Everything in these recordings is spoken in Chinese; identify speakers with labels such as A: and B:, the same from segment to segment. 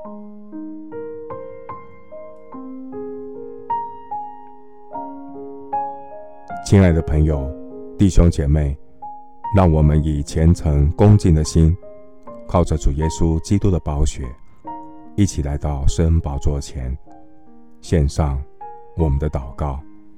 A: 亲爱的朋友、弟兄姐妹，让我们以虔诚恭敬的心，靠着主耶稣基督的宝血，一起来到施恩宝座前，献上我们的祷告。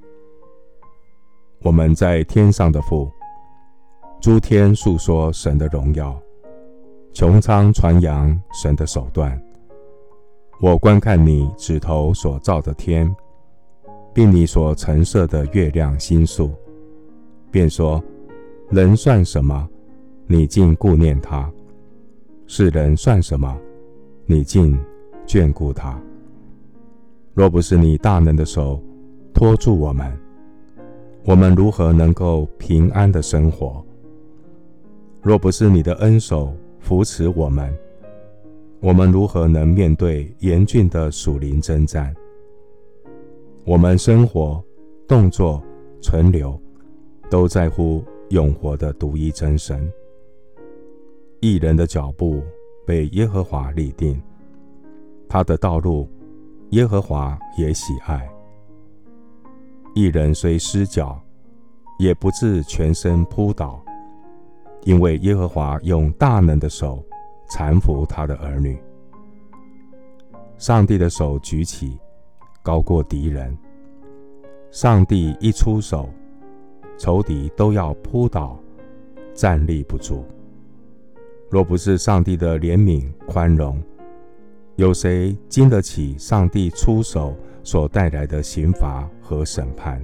A: 我们在天上的父，诸天述说神的荣耀，穹苍传扬神的手段。我观看你指头所造的天，并你所陈设的月亮星宿，便说：人算什么，你竟顾念他；世人算什么，你竟眷顾他。若不是你大能的手托住我们，我们如何能够平安的生活？若不是你的恩手扶持我们，我们如何能面对严峻的属灵征战？我们生活、动作、存留，都在乎永活的独一真神。义人的脚步被耶和华立定，他的道路耶和华也喜爱。义人虽失脚，也不致全身扑倒，因为耶和华用大能的手搀扶他的儿女。上帝的手举起，高过敌人。上帝一出手，仇敌都要扑倒，站立不住。若不是上帝的怜悯宽容，有谁经得起上帝出手所带来的刑罚和审判？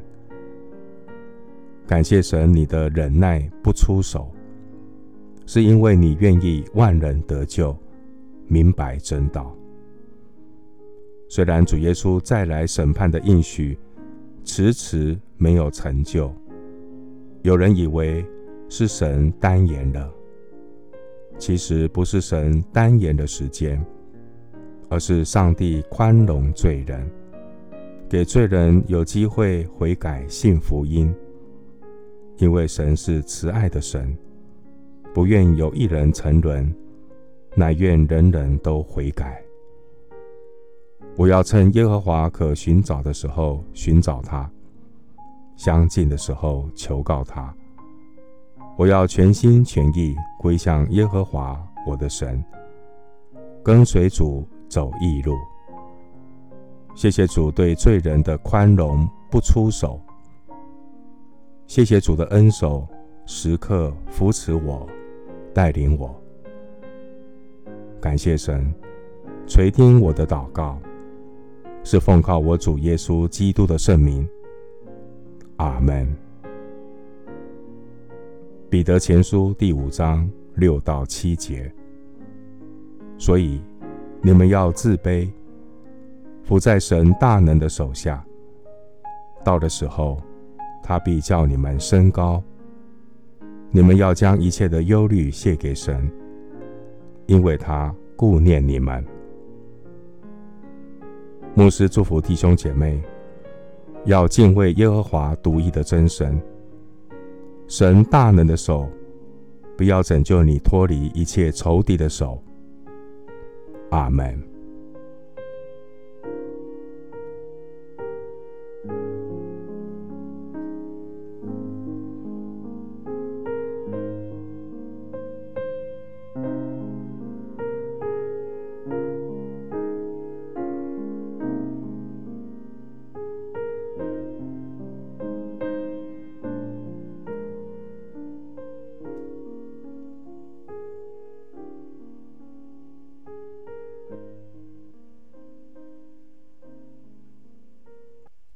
A: 感谢神，你的忍耐不出手，是因为你愿意万人得救，明白真道。虽然主耶稣再来审判的应许迟迟没有成就，有人以为是神耽延了，其实不是神耽延的时间，而是上帝宽容罪人，给罪人有机会悔改信福音。因为神是慈爱的神，不愿有一人沉沦，乃愿人人都悔改。我要趁耶和华可寻找的时候寻找他，相近的时候求告他。我要全心全意归向耶和华我的神，跟随主走义路。谢谢主对罪人的宽容不出手，谢谢主的恩手时刻扶持我，带领我。感谢神垂听我的祷告，是奉靠我主耶稣基督的圣名。阿们。彼得前书第5章6到7节。所以你们要自卑，伏在神大能的手下，到的时候，他必叫你们升高。你们要将一切的忧虑卸给神，因为他顾念你们。牧师祝福弟兄姐妹，要敬畏耶和华独一的真神。神大能的手必要拯救你脱离一切仇敌的手。阿们。